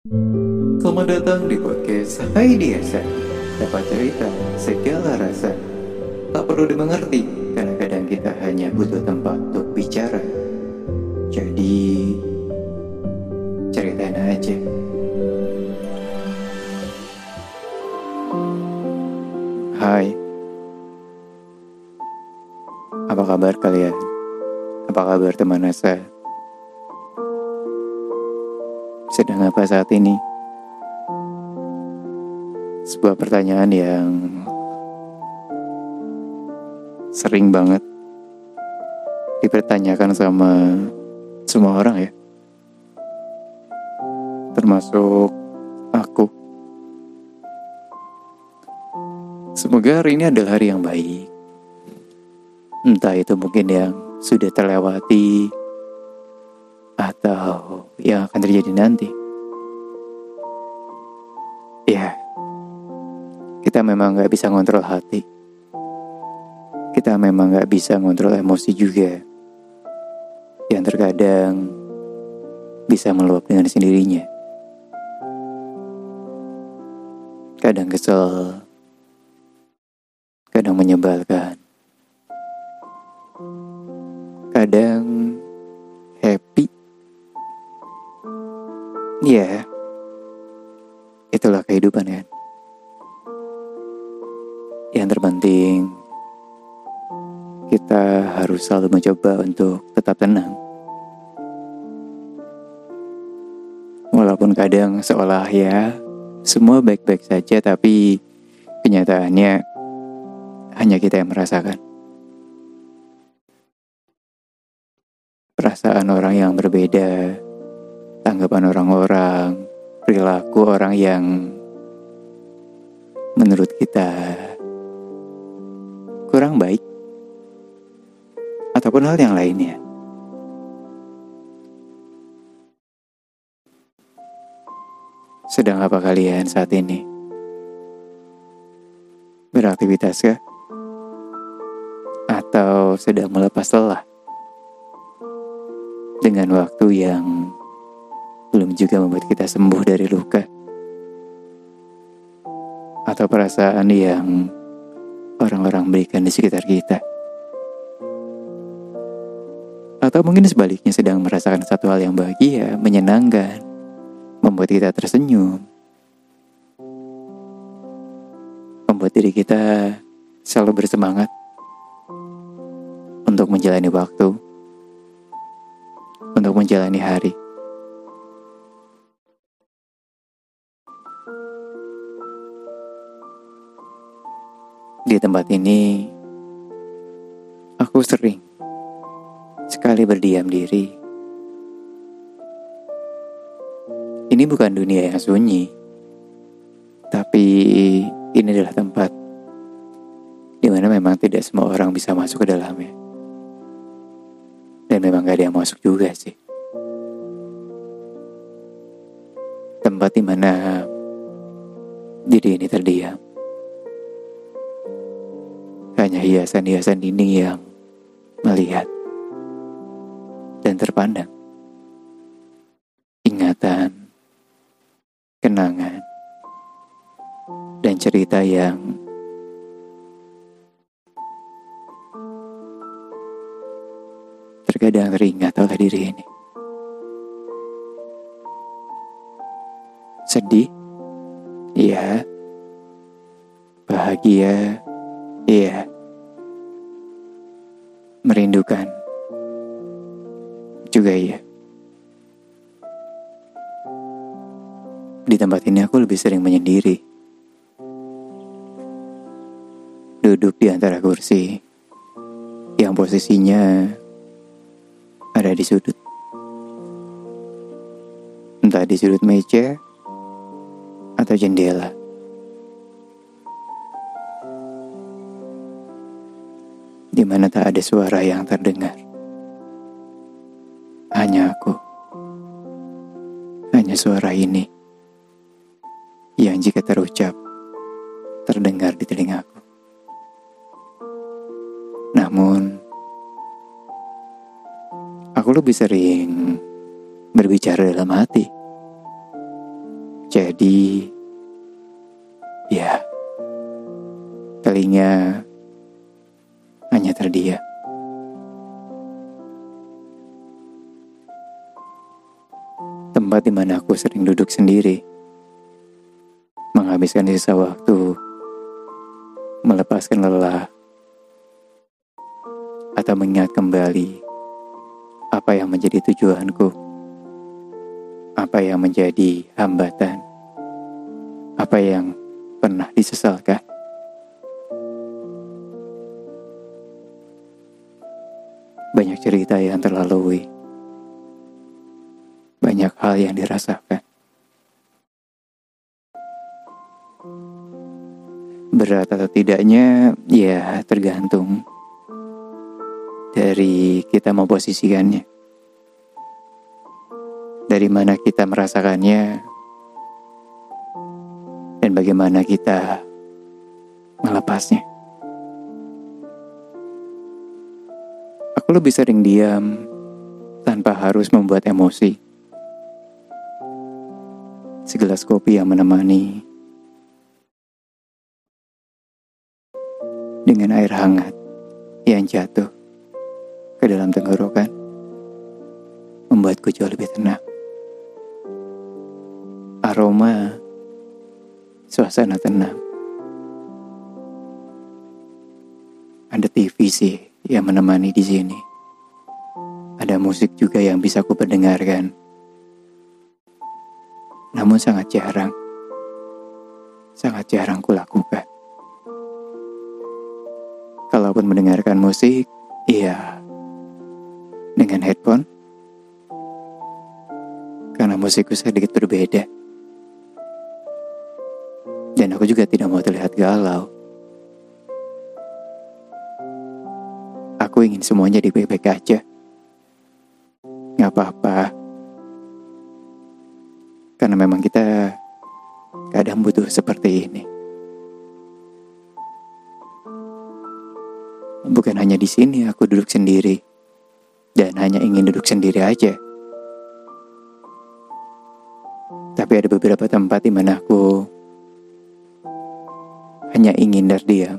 Selamat datang di podcast Hai Diasa. Dapat cerita segala rasa. Tak perlu dimengerti, karena kadang kita hanya butuh tempat untuk bicara. Jadi, ceritain aja. Hai, apa kabar kalian? Apa kabar teman Asa? Sedang apa saat ini? Sebuah pertanyaan yang sering banget dipertanyakan sama semua orang ya, termasuk aku. Semoga hari ini adalah hari yang baik. Entah itu mungkin yang sudah terlewati atau yang akan terjadi nanti. Ya, kita memang gak bisa ngontrol hati. Kita memang gak bisa ngontrol emosi juga, yang terkadang bisa meluap dengan sendirinya. Kadang kesel, kadang menyebalkan, kadang happy. Ya, itulah kehidupan kan. Yang terpenting, kita harus selalu mencoba untuk tetap tenang. Walaupun kadang seolah ya semua baik-baik saja, tapi kenyataannya hanya kita yang merasakan. Perasaan orang yang berbeda, tanggapan orang-orang, perilaku orang yang menurut kita kurang baik, ataupun hal yang lainnya. Sedang apa kalian saat ini? Beraktivitas kah? Atau sedang melepas lelah dengan waktu yang belum juga membuat kita sembuh dari luka, atau perasaan yang orang-orang berikan di sekitar kita, atau mungkin sebaliknya sedang merasakan satu hal yang bahagia, menyenangkan, membuat kita tersenyum, membuat diri kita selalu bersemangat untuk menjalani waktu, untuk menjalani hari. Di tempat ini, aku sering sekali berdiam diri. Ini bukan dunia yang sunyi, tapi ini adalah tempat di mana memang tidak semua orang bisa masuk ke dalamnya. Dan memang gak ada yang masuk juga sih. Tempat di mana diri ini terdiam. Hanya hiasan-hiasan dinding yang melihat dan terpandang. Ingatan, kenangan, dan cerita yang terkadang teringat oleh diri ini. Sedih? Iya. Bahagia? Iya. Merindukan? Juga iya. Di tempat ini aku lebih sering menyendiri. Duduk di antara kursi yang posisinya ada di sudut. Entah di sudut meja atau jendela. Di mana tak ada suara yang terdengar. Hanya aku. Hanya suara ini yang jika terucap terdengar di telingaku. Namun aku lebih sering berbicara dalam hati. Jadi, ya, telinga hanya terdiam. Tempat di mana aku sering duduk sendiri, menghabiskan sisa waktu, melepaskan lelah, atau mengingat kembali apa yang menjadi tujuanku, apa yang menjadi hambatan, apa yang pernah disesalkan. Banyak cerita yang terlalui, banyak hal yang dirasakan. Berat atau tidaknya, ya tergantung dari kita memposisikannya. Dari mana kita merasakannya, dan bagaimana kita melepasnya. Aku lebih sering diam tanpa harus membuat emosi. Segelas kopi yang menemani, dengan air hangat yang jatuh ke dalam tenggorokan, membuatku jauh lebih tenang. Aroma, suasana tenang. Ada TV sih yang menemani di sini. Ada musik juga yang bisa ku pendengarkan. Namun sangat jarang ku lakukan. Kalaupun mendengarkan musik, iya, dengan headphone. Karena musikku sedikit berbeda. Dan aku juga tidak mau terlihat galau. Aku ingin semuanya jadi baik-baik aja. Gak apa-apa. Karena memang kita kadang butuh seperti ini. Bukan hanya di sini aku duduk sendiri. Dan hanya ingin duduk sendiri aja. Tapi ada beberapa tempat di mana aku hanya ingin terdiam.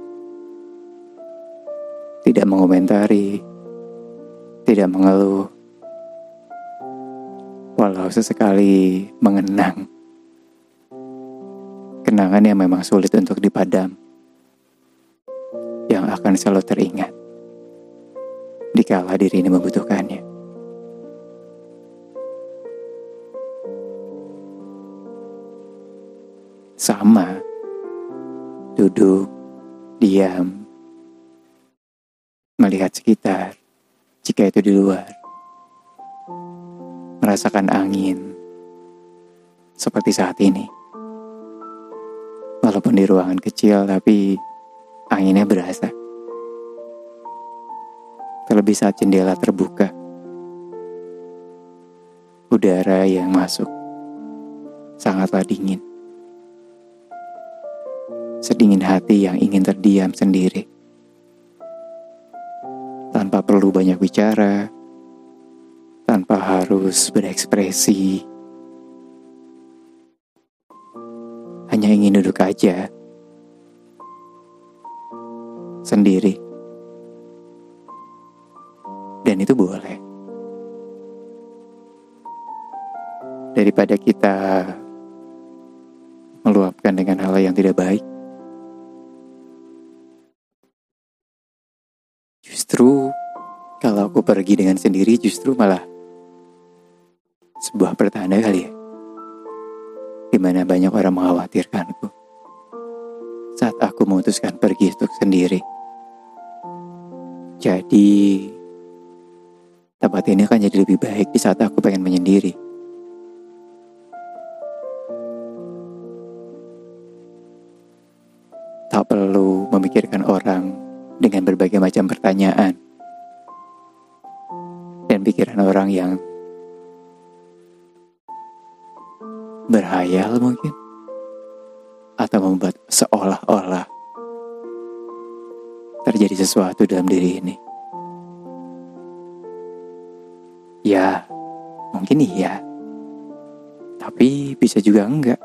Tidak mengomentari, tidak mengeluh, walau sesekali mengenang. Kenangan yang memang sulit untuk dipadam, yang akan selalu teringat dikala diri ini membutuhkannya. Sama, duduk, diam, melihat sekitar, jika itu di luar. Merasakan angin, seperti saat ini. Walaupun di ruangan kecil, tapi anginnya berasa. Terlebih saat jendela terbuka. Udara yang masuk sangatlah dingin. Sedingin hati yang ingin terdiam sendiri. Tanpa perlu banyak bicara, tanpa harus berekspresi. Hanya ingin duduk aja. Sendiri. Dan itu boleh. Daripada kita meluapkan dengan hal yang tidak baik. Justru kalau aku pergi dengan sendiri justru malah sebuah pertanda kali ya. Dimana banyak orang mengkhawatirkanku saat aku memutuskan pergi untuk sendiri. Jadi tempat ini akan jadi lebih baik di saat aku pengen menyendiri. Tak perlu memikirkan orang dengan berbagai macam pertanyaan dan pikiran orang yang berhayal mungkin, atau membuat seolah-olah terjadi sesuatu dalam diri ini. Ya, mungkin iya, tapi Tapi bisa juga enggak.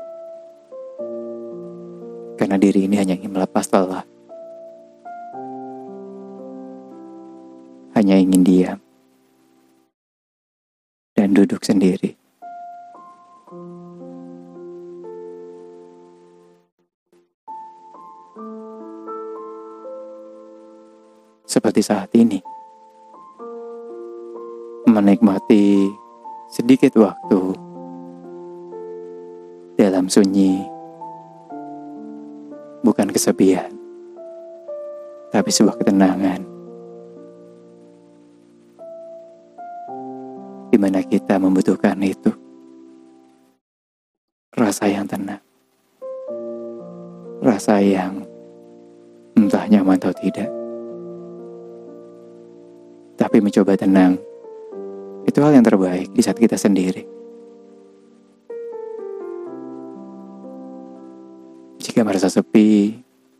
Karena diri ini hanya ingin melepas lelah. Hanya ingin diam. Dan duduk sendiri. Seperti saat ini. Menikmati sedikit waktu dalam sunyi. Bukan kesepian, tapi sebuah ketenangan. Di mana kita membutuhkan itu. Rasa yang tenang. Rasa yang entah nyaman atau tidak. Tapi mencoba tenang, itu hal yang terbaik di saat kita sendiri. Jika merasa sepi,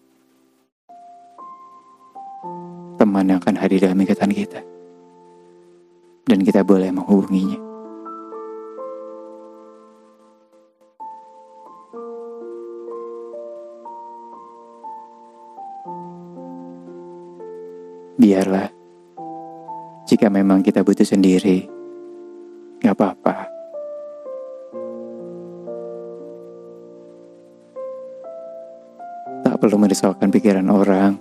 teman yang akan hadir dalam ikatan kita. Dan kita boleh menghubunginya. Biarlah, jika memang kita butuh sendiri, gak apa-apa. Tak perlu merisaukan pikiran orang.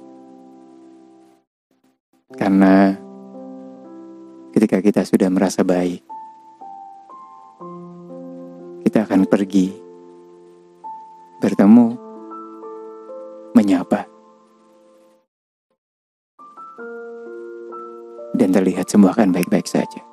Karena ketika kita sudah merasa baik, kita akan pergi, bertemu, menyapa. Dan terlihat semua akan baik-baik saja.